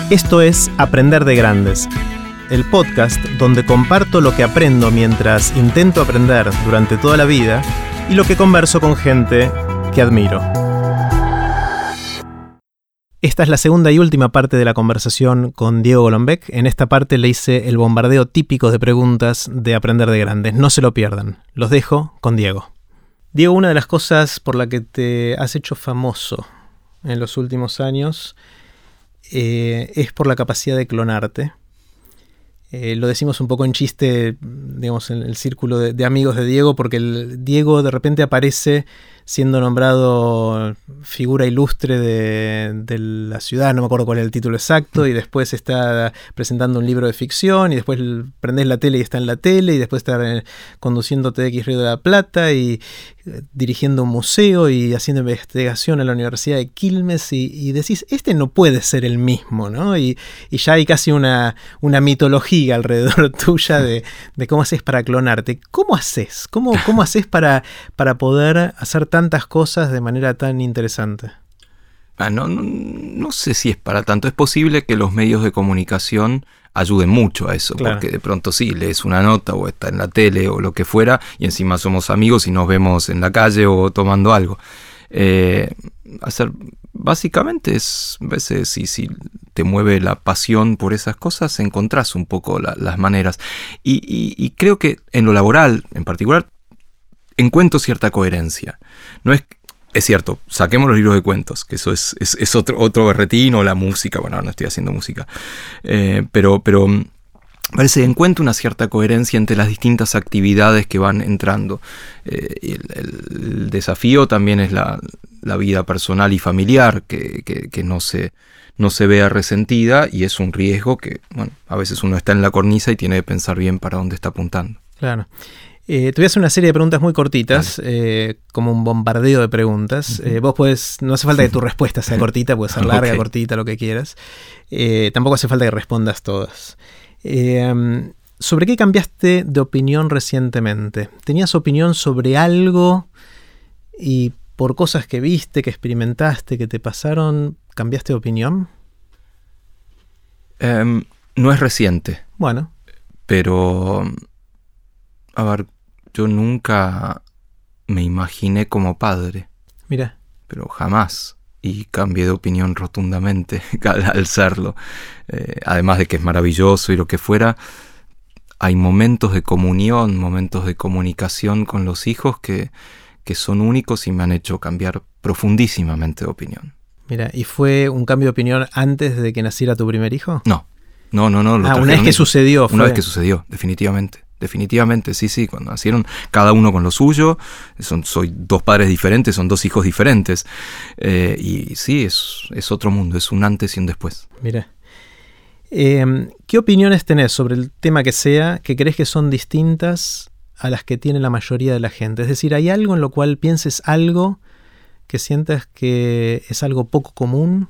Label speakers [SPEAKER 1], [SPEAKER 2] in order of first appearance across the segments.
[SPEAKER 1] Esto es Aprender de Grandes, el podcast donde comparto lo que aprendo mientras intento aprender durante toda la vida y lo que converso con gente que admiro. Esta es la segunda y última parte de la conversación con Diego Golombek. En esta parte le hice el bombardeo típico de preguntas de Aprender de Grandes. No se lo pierdan. Los dejo con Diego. Diego, una de las cosas por la que te has hecho famoso en los últimos años es por la capacidad de clonarte. Lo decimos un poco en chiste, digamos, en el círculo de amigos de Diego, porque el Diego de repente aparece siendo nombrado figura ilustre de la ciudad, no me acuerdo cuál es el título exacto, y después está presentando un libro de ficción, y después prendés la tele y está en la tele, y después está conduciendo TX Río de la Plata, y dirigiendo un museo, y haciendo investigación en la Universidad de Quilmes, y decís, este no puede ser el mismo, ¿no? Y ya hay casi una mitología alrededor tuya de cómo haces para clonarte. ¿Cómo haces? ¿Cómo haces para poder hacer tantas cosas de manera tan interesante?
[SPEAKER 2] No sé si es para tanto. Es posible que los medios de comunicación ayuden mucho a eso, claro. Porque de pronto sí, lees una nota o está en la tele o lo que fuera y encima somos amigos y nos vemos en la calle o tomando algo. Básicamente es, a veces si te mueve la pasión por esas cosas, encontrás un poco las maneras. Y creo que en lo laboral, en particular, encuentro cierta coherencia. No es cierto, saquemos los libros de cuentos, que eso es otro berretín, o la música. Bueno, ahora no estoy haciendo música. Pero parece que encuentro una cierta coherencia entre las distintas actividades que van entrando. El desafío también es la vida personal y familiar, que no se vea resentida, y es un riesgo que, bueno, a veces uno está en la cornisa y tiene que pensar bien para dónde está apuntando.
[SPEAKER 1] Claro. Te voy a hacer una serie de preguntas muy cortitas, como un bombardeo de preguntas. Uh-huh. Vos no hace falta que tu respuesta sea cortita, puede ser larga, cortita, lo que quieras. Tampoco hace falta que respondas todas. ¿Sobre qué cambiaste de opinión recientemente? ¿Tenías opinión sobre algo y por cosas que viste, que experimentaste, que te pasaron, cambiaste de opinión?
[SPEAKER 2] No es reciente.
[SPEAKER 1] Bueno.
[SPEAKER 2] Pero, a ver, yo nunca me imaginé como padre.
[SPEAKER 1] Mira.
[SPEAKER 2] Pero jamás. Y cambié de opinión rotundamente al serlo. Además de que es maravilloso y lo que fuera, hay momentos de comunión, momentos de comunicación con los hijos que son únicos y me han hecho cambiar profundísimamente de opinión.
[SPEAKER 1] Mira, ¿y fue un cambio de opinión antes de que naciera tu primer hijo?
[SPEAKER 2] No.
[SPEAKER 1] Una vez que sucedió.
[SPEAKER 2] Una vez que sucedió, definitivamente. Definitivamente, sí, cuando nacieron cada uno con lo suyo, soy dos padres diferentes, son dos hijos diferentes, y sí, es otro mundo, es un antes y un después.
[SPEAKER 1] Mira, ¿qué opiniones tenés sobre el tema que sea que crees que son distintas a las que tiene la mayoría de la gente? Es decir, ¿hay algo en lo cual pienses algo que sientas que es algo poco común?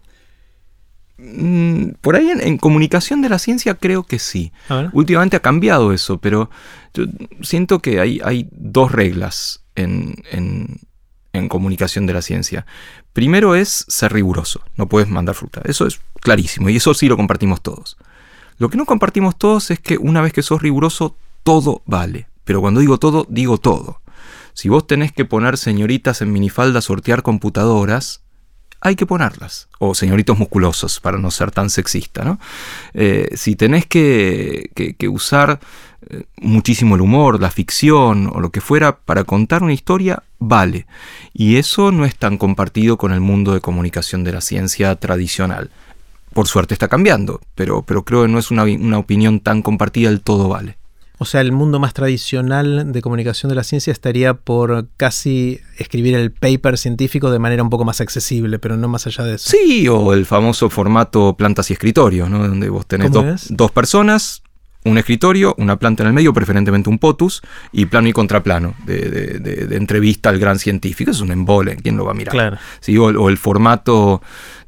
[SPEAKER 2] Por ahí en comunicación de la ciencia creo que sí. Últimamente ha cambiado eso, pero yo siento que hay dos reglas en comunicación de la ciencia. Primero es ser riguroso, no puedes mandar fruta. Eso es clarísimo y eso sí lo compartimos todos. Lo que no compartimos todos es que una vez que sos riguroso, todo vale. Pero cuando digo todo, digo todo. Si vos tenés que poner señoritas en minifalda a sortear computadoras, hay que ponerlas. O señoritos musculosos, para no ser tan sexista, ¿no? Si tenés que usar muchísimo el humor, la ficción o lo que fuera para contar una historia, vale. Y eso no es tan compartido con el mundo de comunicación de la ciencia tradicional. Por suerte está cambiando, pero creo que no es una opinión tan compartida, el todo vale.
[SPEAKER 1] O sea, el mundo más tradicional de comunicación de la ciencia estaría por casi escribir el paper científico de manera un poco más accesible, pero no más allá de eso.
[SPEAKER 2] Sí, o el famoso formato plantas y escritorio, ¿no? Donde vos tenés dos personas, un escritorio, una planta en el medio, preferentemente un POTUS, y plano y contraplano de entrevista al gran científico. Es un embole, ¿quién lo va a mirar?
[SPEAKER 1] Claro.
[SPEAKER 2] Sí, o el formato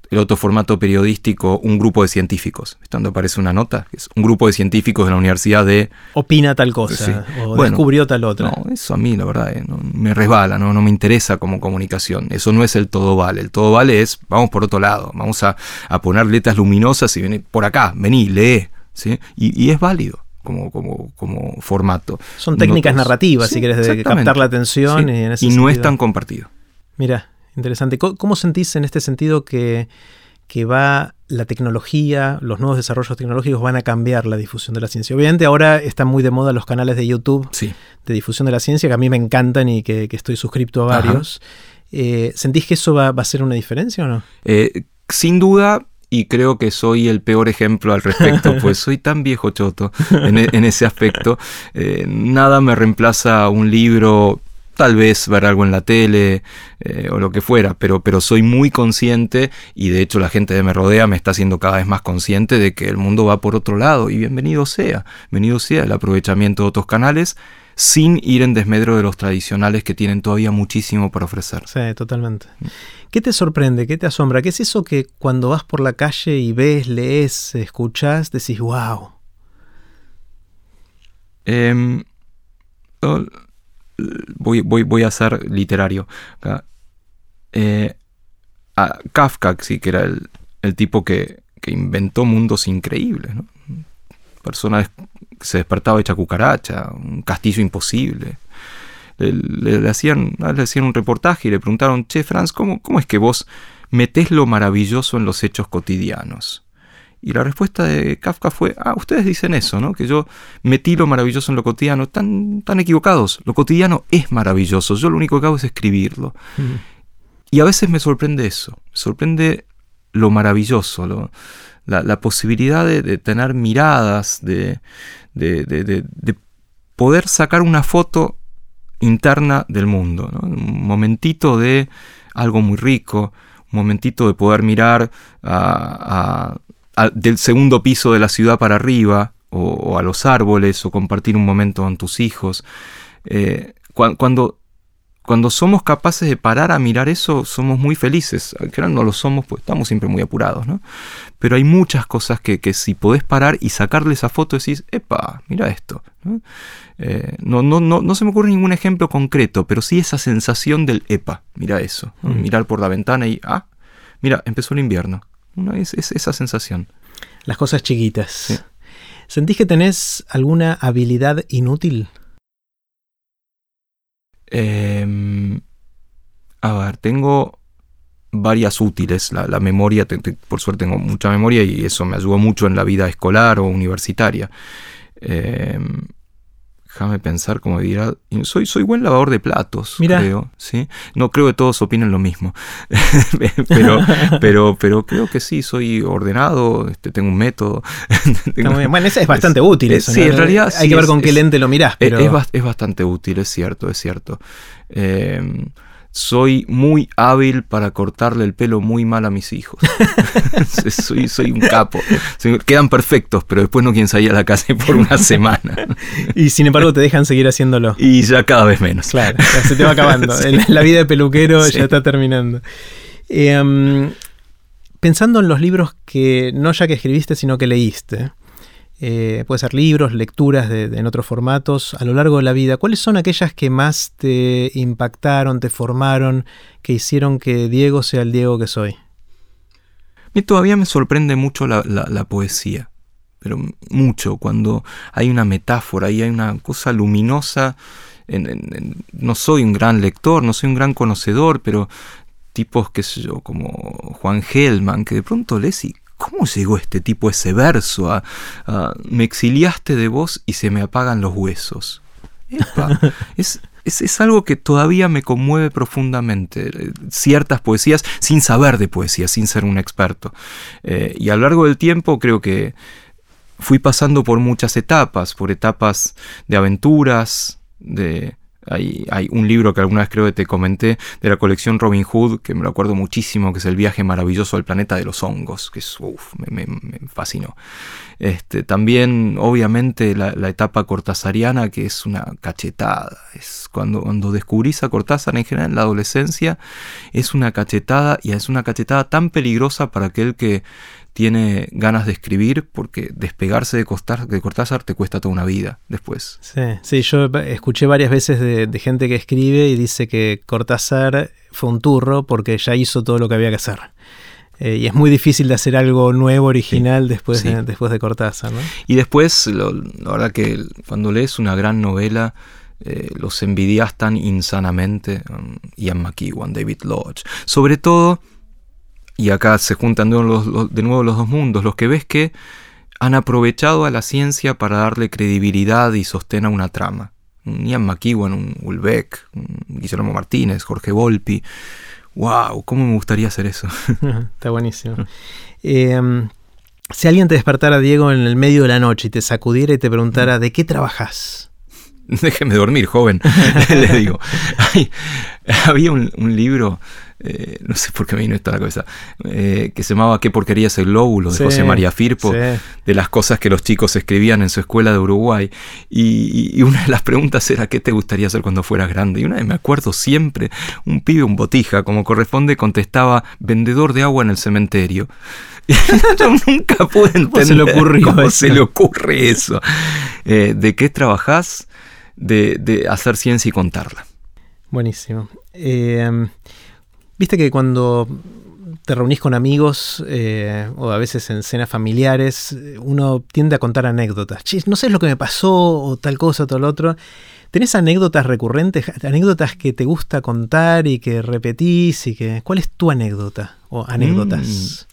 [SPEAKER 2] el otro formato periodístico, un grupo de científicos. Cuando aparece una nota, es un grupo de científicos de la universidad de...
[SPEAKER 1] Opina tal cosa, o descubrió tal otra.
[SPEAKER 2] No, eso a mí, la verdad, no, me resbala, no me interesa como comunicación. Eso no es el todo vale. El todo vale es, vamos por otro lado, vamos a poner letras luminosas y vení por acá, vení, lee. ¿Sí? Y es válido como formato.
[SPEAKER 1] Son técnicas narrativas, si querés, de captar la atención.
[SPEAKER 2] Sí. Y no es tan compartido.
[SPEAKER 1] Mira, interesante. ¿Cómo sentís en este sentido que va la tecnología, los nuevos desarrollos tecnológicos van a cambiar la difusión de la ciencia? Obviamente ahora están muy de moda los canales de YouTube de difusión de la ciencia, que a mí me encantan y que estoy suscripto a varios. ¿Sentís que eso va a ser una diferencia o no?
[SPEAKER 2] Sin duda. Y creo que soy el peor ejemplo al respecto, pues soy tan viejo choto en ese aspecto. Nada me reemplaza un libro, tal vez ver algo en la tele o lo que fuera, pero soy muy consciente, y de hecho la gente que me rodea me está haciendo cada vez más consciente de que el mundo va por otro lado, y bienvenido sea el aprovechamiento de otros canales, sin ir en desmedro de los tradicionales que tienen todavía muchísimo para ofrecer.
[SPEAKER 1] Sí, totalmente. ¿Qué te sorprende? ¿Qué te asombra? ¿Qué es eso que cuando vas por la calle y ves, lees, escuchás, decís, wow?
[SPEAKER 2] Voy a ser literario. Kafka, sí, que era el tipo que inventó mundos increíbles, ¿no? Personas que se despertaba hecha cucaracha, un castillo imposible. Le hacían un reportaje y le preguntaron, che, Franz, ¿cómo es que vos metés lo maravilloso en los hechos cotidianos? Y la respuesta de Kafka fue, ustedes dicen eso, ¿no? Que yo metí lo maravilloso en lo cotidiano. Tan equivocados. Lo cotidiano es maravilloso. Yo lo único que hago es escribirlo. Y a veces me sorprende eso. Me sorprende lo maravilloso, la posibilidad de tener miradas, de poder sacar una foto interna del mundo, ¿no? Un momentito de algo muy rico, un momentito de poder mirar del segundo piso de la ciudad para arriba, o a los árboles, o compartir un momento con tus hijos. Cuando somos capaces de parar a mirar eso, somos muy felices. Aunque no lo somos, pues estamos siempre muy apurados, ¿no? Pero hay muchas cosas que si podés parar y sacarle esa foto, decís, ¡epa! Mira esto, ¿no? No se me ocurre ningún ejemplo concreto, pero sí esa sensación del ¡epa! Mira eso, ¿no? Mirar por la ventana y mira, empezó el invierno. Es esa sensación.
[SPEAKER 1] Las cosas chiquitas.
[SPEAKER 2] Sí.
[SPEAKER 1] ¿Sentís que tenés alguna habilidad inútil?
[SPEAKER 2] Tengo varias útiles. La memoria, por suerte tengo mucha memoria y eso me ayudó mucho en la vida escolar o universitaria. Déjame pensar, como dirá, soy buen lavador de platos. Mirá. Creo, ¿sí? No creo que todos opinen lo mismo, pero creo que sí, soy ordenado, tengo un método.
[SPEAKER 1] Bueno, ese es bastante útil eso,
[SPEAKER 2] sí,
[SPEAKER 1] ¿no?
[SPEAKER 2] En realidad
[SPEAKER 1] hay que ver con qué lente lo mirás, pero...
[SPEAKER 2] Es bastante útil, es cierto. Soy muy hábil para cortarle el pelo muy mal a mis hijos. soy un capo. Quedan perfectos, pero después no quieren salir a la calle por una semana.
[SPEAKER 1] Y sin embargo te dejan seguir haciéndolo.
[SPEAKER 2] Y ya cada vez menos.
[SPEAKER 1] Claro, se te va acabando. Sí. La vida de peluquero ya está terminando. Pensando en los libros que no ya que escribiste, sino que leíste, puede ser libros, lecturas en otros formatos a lo largo de la vida, ¿cuáles son aquellas que más te impactaron, te formaron, que hicieron que Diego sea el Diego que soy?
[SPEAKER 2] A mí todavía me sorprende mucho la poesía, pero mucho, cuando hay una metáfora y hay una cosa luminosa. No soy un gran lector, no soy un gran conocedor, pero tipos, qué sé yo, como Juan Gelman, que de pronto lees y ¿cómo llegó este tipo a ese verso? Me exiliaste de vos y se me apagan los huesos. Epa, es algo que todavía me conmueve profundamente. Ciertas poesías, sin saber de poesía, sin ser un experto. Y a lo largo del tiempo creo que fui pasando por muchas etapas, por etapas de aventuras, de Hay un libro que alguna vez creo que te comenté de la colección Robin Hood, que me lo acuerdo muchísimo, que es El viaje maravilloso al planeta de los hongos, que es, me fascinó. También, obviamente, la etapa cortasariana, que es una cachetada. Es cuando descubrís a Cortázar en general en la adolescencia, es una cachetada, y es una cachetada tan peligrosa para aquel que tiene ganas de escribir, porque despegarse de Cortázar te cuesta toda una vida después.
[SPEAKER 1] Sí, yo escuché varias veces de gente que escribe y dice que Cortázar fue un turro porque ya hizo todo lo que había que hacer. Y es muy difícil de hacer algo nuevo, original, después de Cortázar, ¿no?
[SPEAKER 2] Y después, la verdad que cuando lees una gran novela, los envidias tan insanamente. Ian McEwan, David Lodge. Sobre todo, y acá se juntan de nuevo los dos mundos, los que ves que han aprovechado a la ciencia para darle credibilidad y sostén a una trama. Un Ian McEwan, un Houellebecq, un Guillermo Martínez, Jorge Volpi. ¡Wow! ¿Cómo me gustaría hacer eso?
[SPEAKER 1] Está buenísimo. Si alguien te despertara, Diego, en el medio de la noche y te sacudiera y te preguntara ¿de qué trabajás?
[SPEAKER 2] Déjeme dormir, joven, le digo. Había un libro, no sé por qué me vino esto a la cabeza, que se llamaba ¿Qué porquería es el glóbulo? De José María Firpo, de las cosas que los chicos escribían en su escuela de Uruguay. Y una de las preguntas era ¿qué te gustaría hacer cuando fueras grande? Y una vez me acuerdo siempre, un pibe, un botija, como corresponde, contestaba vendedor de agua en el cementerio. Yo nunca pude entender cómo se le ocurre eso. ¿De qué trabajás? De hacer ciencia y contarla.
[SPEAKER 1] Buenísimo. Viste que cuando te reunís con amigos o a veces en cenas familiares, uno tiende a contar anécdotas. Che, no sé lo que me pasó o tal cosa o tal otro. ¿Tenés anécdotas recurrentes? ¿Anécdotas que te gusta contar y que repetís? ¿Cuál es tu anécdota o anécdotas?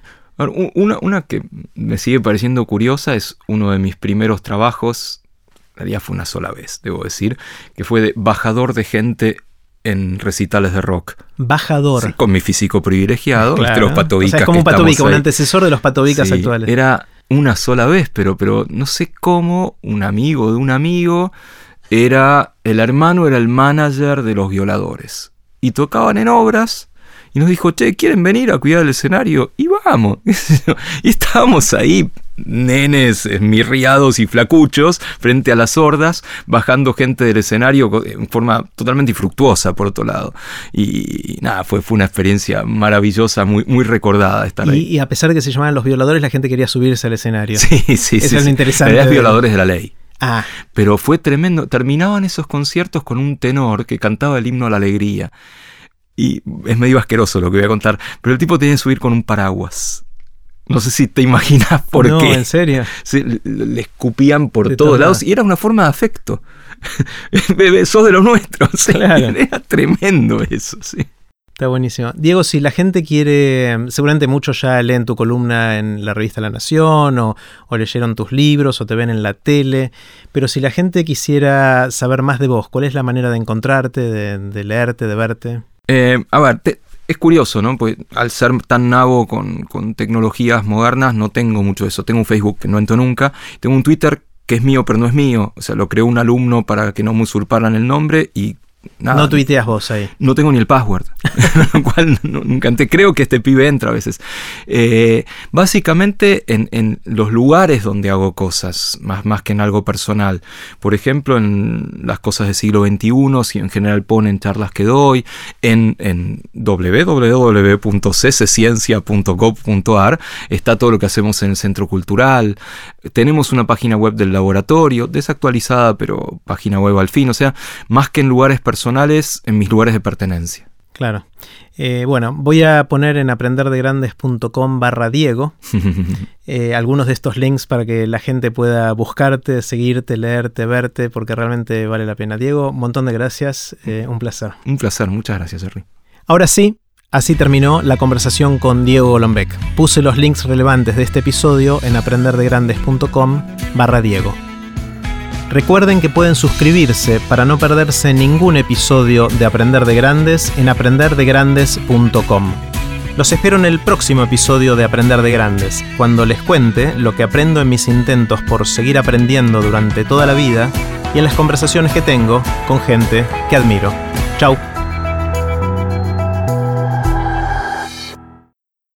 [SPEAKER 2] Una que me sigue pareciendo curiosa es uno de mis primeros trabajos. En realidad fue una sola vez, debo decir, que fue de bajador de gente en recitales de rock.
[SPEAKER 1] Bajador. Sí,
[SPEAKER 2] con mi físico privilegiado,
[SPEAKER 1] claro.
[SPEAKER 2] Los Patovicas.
[SPEAKER 1] O sea, es como un Patovica, un antecesor de los Patovicas actuales.
[SPEAKER 2] Era una sola vez, pero no sé cómo un amigo de un amigo era el manager de Los Violadores. Y tocaban en obras. Y nos dijo, che, ¿quieren venir a cuidar el escenario? Y vamos. Y estábamos ahí, nenes esmirriados y flacuchos, frente a las hordas, bajando gente del escenario en forma totalmente infructuosa, por otro lado. Y nada, fue una experiencia maravillosa, muy, muy recordada estar ahí.
[SPEAKER 1] Y a pesar de que se llamaban Los Violadores, la gente quería subirse al escenario.
[SPEAKER 2] Sí.
[SPEAKER 1] Eso es lo interesante.
[SPEAKER 2] Eran violadores de la ley.
[SPEAKER 1] Ah.
[SPEAKER 2] Pero fue tremendo. Terminaban esos conciertos con un tenor que cantaba el himno a la alegría. Y es medio asqueroso lo que voy a contar, pero el tipo tenía que subir con un paraguas. No sé si te imaginas por qué.
[SPEAKER 1] No, ¿en serio?
[SPEAKER 2] Le escupían por todos lados y era una forma de afecto. Sos de los nuestros.
[SPEAKER 1] Claro.
[SPEAKER 2] Era tremendo eso, sí.
[SPEAKER 1] Está buenísimo. Diego, si la gente quiere, seguramente muchos ya leen tu columna en la revista La Nación o leyeron tus libros o te ven en la tele, pero si la gente quisiera saber más de vos, ¿cuál es la manera de encontrarte, de leerte, de verte?
[SPEAKER 2] A ver, es curioso, ¿no? Pues al ser tan nabo con tecnologías modernas no tengo mucho de eso. Tengo un Facebook que no entro nunca, tengo un Twitter que es mío pero no es mío, o sea, lo creó un alumno para que no me usurparan el nombre y nada.
[SPEAKER 1] No tuiteas vos ahí.
[SPEAKER 2] No tengo ni el password, lo cual nunca creo que este pibe entra a veces. Básicamente en los lugares donde hago cosas, más que en algo personal. Por ejemplo, en las cosas del siglo XXI, si en general ponen charlas que doy, en www.csciencia.gov.ar está todo lo que hacemos en el Centro Cultural. Tenemos una página web del laboratorio, desactualizada, pero página web al fin. O sea, más que en lugares personales, en mis lugares de pertenencia.
[SPEAKER 1] Claro. Bueno, voy a poner en aprenderdegrandes.com/Diego algunos de estos links para que la gente pueda buscarte, seguirte, leerte, verte, porque realmente vale la pena. Diego, un montón de gracias. Un placer.
[SPEAKER 2] Un placer. Muchas gracias, Henry.
[SPEAKER 1] Ahora sí, así terminó la conversación con Diego Golombek. Puse los links relevantes de este episodio en aprenderdegrandes.com/Diego. Recuerden que pueden suscribirse para no perderse ningún episodio de Aprender de Grandes en aprenderdegrandes.com. Los espero en el próximo episodio de Aprender de Grandes, cuando les cuente lo que aprendo en mis intentos por seguir aprendiendo durante toda la vida y en las conversaciones que tengo con gente que admiro. Chau.